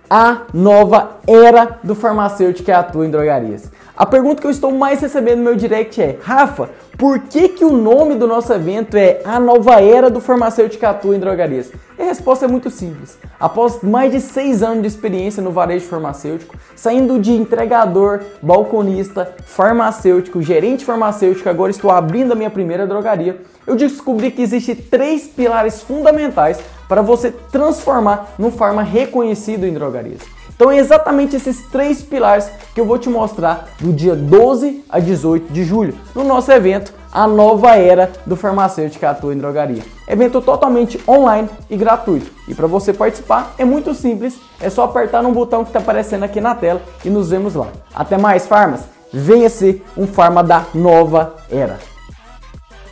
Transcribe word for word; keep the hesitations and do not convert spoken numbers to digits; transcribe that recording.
a nova era do farmacêutico que atua em drogarias. A pergunta que eu estou mais recebendo no meu direct é: Rafa, por que que o nome do nosso evento é a nova era do farmacêutico que atua em drogarias? E a resposta é muito simples. Após mais de seis anos de experiência no varejo farmacêutico, saindo de entregador, balconista, farmacêutico, gerente farmacêutico, agora estou abrindo a minha primeira drogaria, eu descobri que existem três pilares fundamentais para você transformar num farma reconhecido em drogarias. Então é exatamente esses três pilares que eu vou te mostrar do dia doze a dezoito de julho, no nosso evento A Nova Era do Farmacêutico que Atua em Drogaria. Evento totalmente online e gratuito. E para você participar é muito simples, é só apertar no botão que está aparecendo aqui na tela e nos vemos lá. Até mais, farmas! Venha ser um farma da nova era!